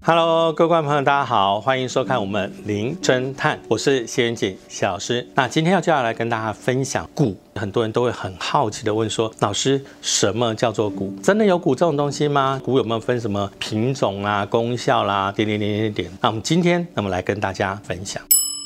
Hello， 各位观众朋友，大家好，欢迎收看我们零侦探，我是谢元锦谢老师。那今天接下来跟大家分享股，很多人都会很好奇的问说，老师，什么叫做股？真的有股这种东西吗？股有没有分什么品种啦、功效啦、点。那我们今天来跟大家分享。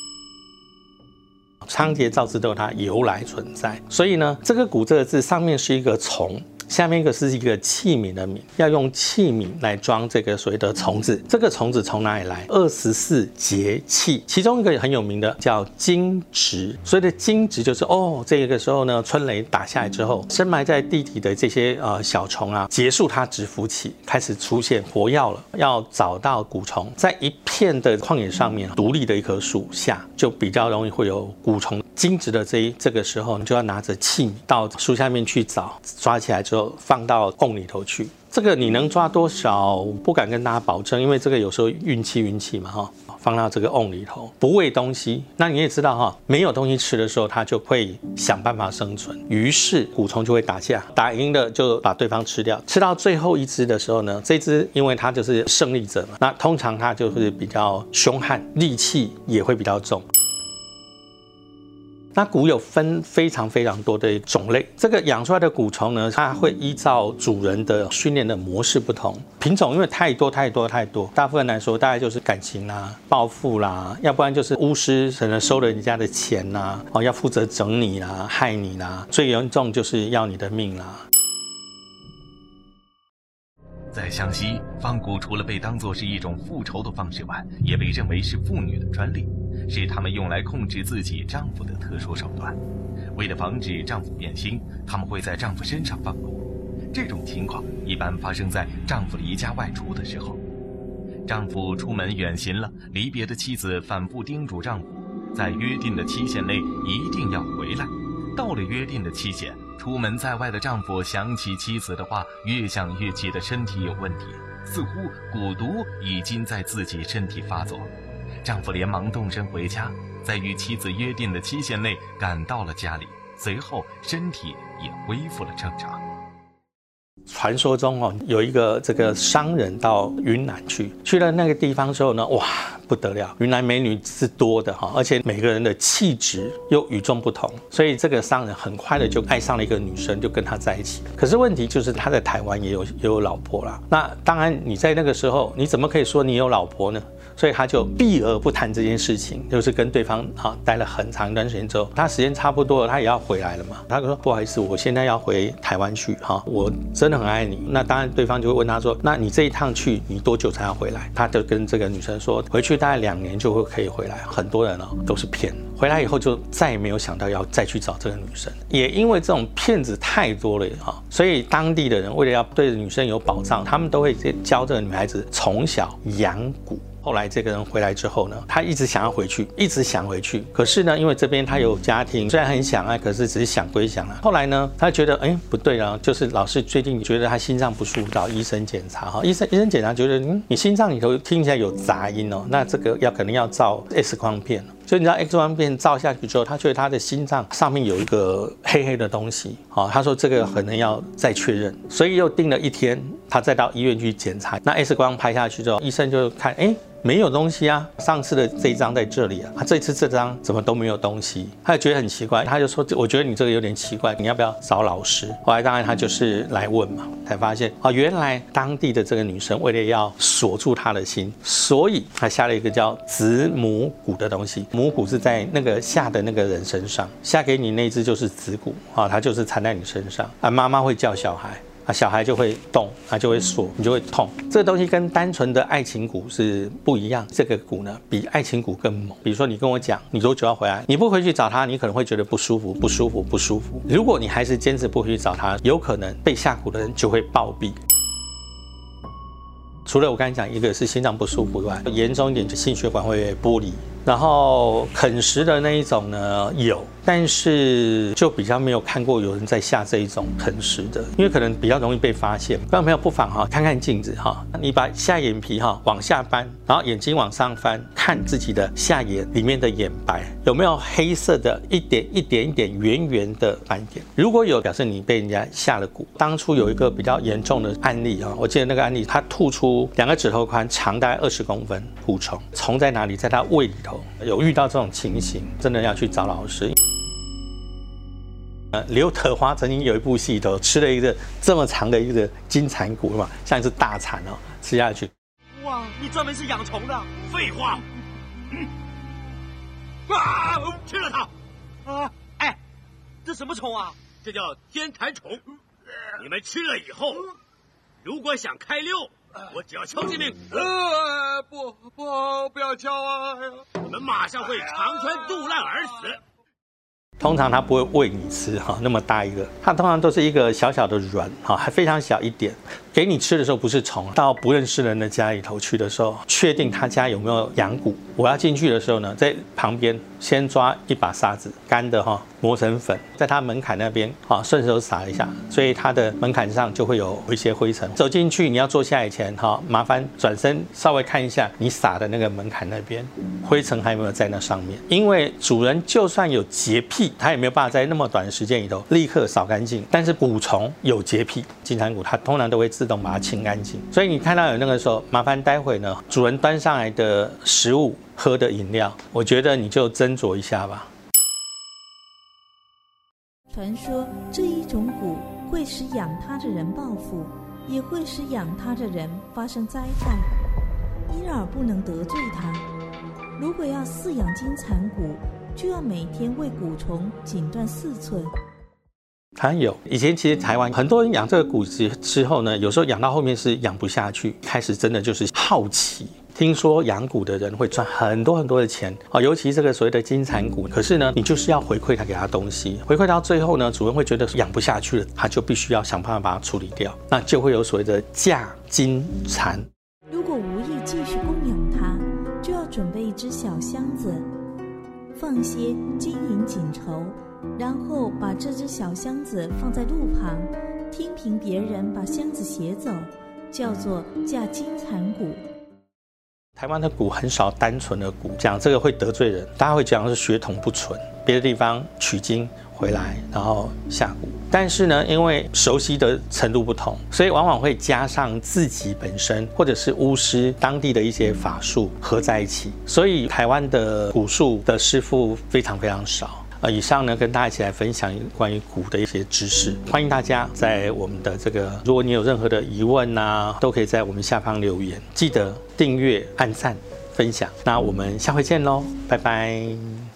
仓颉造字都有它由来存在，所以呢，这个股这个字上面是一个虫。下面一个是一个器皿的皿，要用器皿来装这个所谓的虫子。这个虫子从哪里来？24节气，其中一个很有名的叫惊蛰。所谓的惊蛰就是这个时候呢，春雷打下来之后，深埋在地底的这些小虫啊，结束它蛰伏期，开始出现活药了。要找到蛊虫，在一片的旷野上面独立的一棵树下，就比较容易会有蛊虫惊蛰的这个时候，你就要拿着器皿到树下面去找，抓起来之后放到瓮里头去。这个你能抓多少不敢跟大家保证，因为这个有时候运气嘛哈。放到这个瓮里头，不喂东西，那你也知道哈，没有东西吃的时候，它就会想办法生存。于是蛊虫就会打架，打赢了就把对方吃掉。吃到最后一只的时候呢，这只因为它就是胜利者嘛，那通常它就是比较凶悍，戾气也会比较重。那蛊有分非常多的种类，这个养出来的蛊虫呢，它会依照主人的训练的模式不同，品种因为太多，大部分来说大概就是感情啦、报复啦，要不然就是巫师可能收了人家的钱啦，要负责整你啦、害你啦，最严重就是要你的命啦。 在湘西，放蛊除了被当作是一种复仇的方式外，也被认为是妇女的专利，是她们用来控制自己丈夫的特殊手段。为了防止丈夫变心，她们会在丈夫身上放蛊。这种情况一般发生在丈夫离家外出的时候。丈夫出门远行了，离别的妻子反复叮嘱丈夫，在约定的期限内一定要回来。到了约定的期限，出门在外的丈夫想起妻子的话，越想越觉得身体有问题，似乎蛊毒已经在自己身体发作。丈夫连忙动身回家，在与妻子约定的期限内赶到了家里，随后身体也恢复了正常。 传说中有一个这个商人到云南去了那个地方之后呢，哇不得了，云南美女是多的而且每个人的气质又与众不同，所以这个商人很快的就爱上了一个女生，就跟她在一起。可是问题就是他在台湾也有老婆啦。那当然你在那个时候你怎么可以说你有老婆呢？所以他就避而不谈这件事情，就是跟对方待了很长一段时间之后，他时间差不多了，他也要回来了嘛。他说不好意思，我现在要回台湾去我真的很爱你。那当然对方就会问他说，那你这一趟去你多久才要回来？他就跟这个女生说，回去大概2年就会可以回来。很多人都是骗，回来以后就再也没有想到要再去找这个女生。也因为这种骗子太多了所以当地的人为了要对女生有保障，他们都会教这个女孩子从小养蛊。后来这个人回来之后呢，他一直想要回去，一直想回去。可是呢，因为这边他有家庭，虽然很想可是只是想归想后来呢，他觉得不对了，就是老是最近觉得他心脏不舒服，找医生检查医生检查觉得你心脏里头听起来有杂音那这个可能要照 X 光片。所以你知道 X 光片照下去之后，他觉得他的心脏上面有一个黑的东西他说这个可能要再确认，所以又定了1天，他再到医院去检查。那 X 光拍下去之后，医生就看没有东西啊，上次的这一张在这里这次这张怎么都没有东西，他就觉得很奇怪，他就说我觉得你这个有点奇怪，你要不要找老师？后来当然他就是来问嘛，才发现原来当地的这个女生为了要锁住他的心，所以他下了一个叫子母蛊的东西。母蛊是在那个下的那个人身上，下给你那只就是子蛊它就是缠在你身上妈妈会叫小孩小孩就会动，就会锁，你就会痛。这个东西跟单纯的爱情蛊是不一样，这个蛊呢比爱情蛊更猛。比如说你跟我讲你多久要回来，你不回去找他，你可能会觉得不舒服。如果你还是坚持不回去找他，有可能被下蛊的人就会暴毙。除了我刚才讲一个是心脏不舒服以外，严重一点就心血管会剥离， 然后啃食的那一种呢有，但是就比较没有看过有人在下这一种啃食的，因为可能比较容易被发现。观众朋友不妨看看镜子你把下眼皮往下扳，然后眼睛往上翻，看自己的下眼里面的眼白有没有黑色的一点圆圆的斑点，如果有，表示你被人家下了蛊。当初有一个比较严重的案例我记得那个案例，他吐出2个指头宽，长大概20公分蛊虫，虫在哪里？在他胃里头。有遇到这种情形，真的要去找老师。刘德华曾经有一部戏头吃了一个这么长的一个金蝉蛊嘛，像一只大蝉吃下去。 哇，你专门是养虫的？ 废话。 吃了它！哎，这什么虫啊？ 这叫天坛虫。你们吃了以后，如果想开溜，我只要敲这命。 不要敲啊！ 你们马上会肠穿肚烂而死。 通常它不会喂你吃那么大一个，它通常都是一个小小的卵还非常小一点。给你吃的时候不是虫，到不认识人的家里头去的时候，确定他家有没有养蛊。我要进去的时候呢，在旁边先抓一把沙子，干的磨成粉，在他门槛那边顺手撒一下，所以他的门槛上就会有一些灰尘。走进去你要坐下以前麻烦转身稍微看一下你撒的那个门槛那边灰尘还有没有在那上面，因为主人就算有洁癖，他也没有办法在那么短的时间里头立刻扫干净。但是蛊虫有洁癖，金蝉蛊它通常都会自动把它清干净。所以你看到有那个时候，麻烦待会呢主人端上来的食物、喝的饮料，我觉得你就斟酌一下吧。 传说这一种蛊会使养它的人报复，也会使养它的人发生灾害，因而不能得罪它。如果要饲养金蝉蛊，就要每天为蛊虫剪断4寸。 还有以前其实台湾很多人养这个蛊之后呢，有时候养到后面是养不下去，开始真的就是好奇。听说养蛊的人会赚很多的钱尤其这个所谓的金蝉蛊，可是呢，你就是要回馈他，给他东西，回馈到最后呢，主人会觉得养不下去了，他就必须要想办法把它处理掉，那就会有所谓的嫁金蝉。 如果无意继续供养它，就要准备一只小箱子，放些金银锦绸，然后把这只小箱子放在路旁，听凭别人把箱子携走，叫做嫁金蝉蛊。 台湾的蛊很少单纯的蛊，讲这个会得罪人，大家会讲是血统不纯，别的地方取经回来然后下蛊。但是呢，因为熟悉的程度不同，所以往往会加上自己本身或者是巫师当地的一些法术合在一起，所以台湾的蛊术的师傅非常少。以上呢，跟大家一起来分享关于蛊的一些知识。欢迎大家在我们的这个，如果你有任何的疑问都可以在我们下方留言。记得订阅、按赞、分享。那我们下回见喽，拜拜。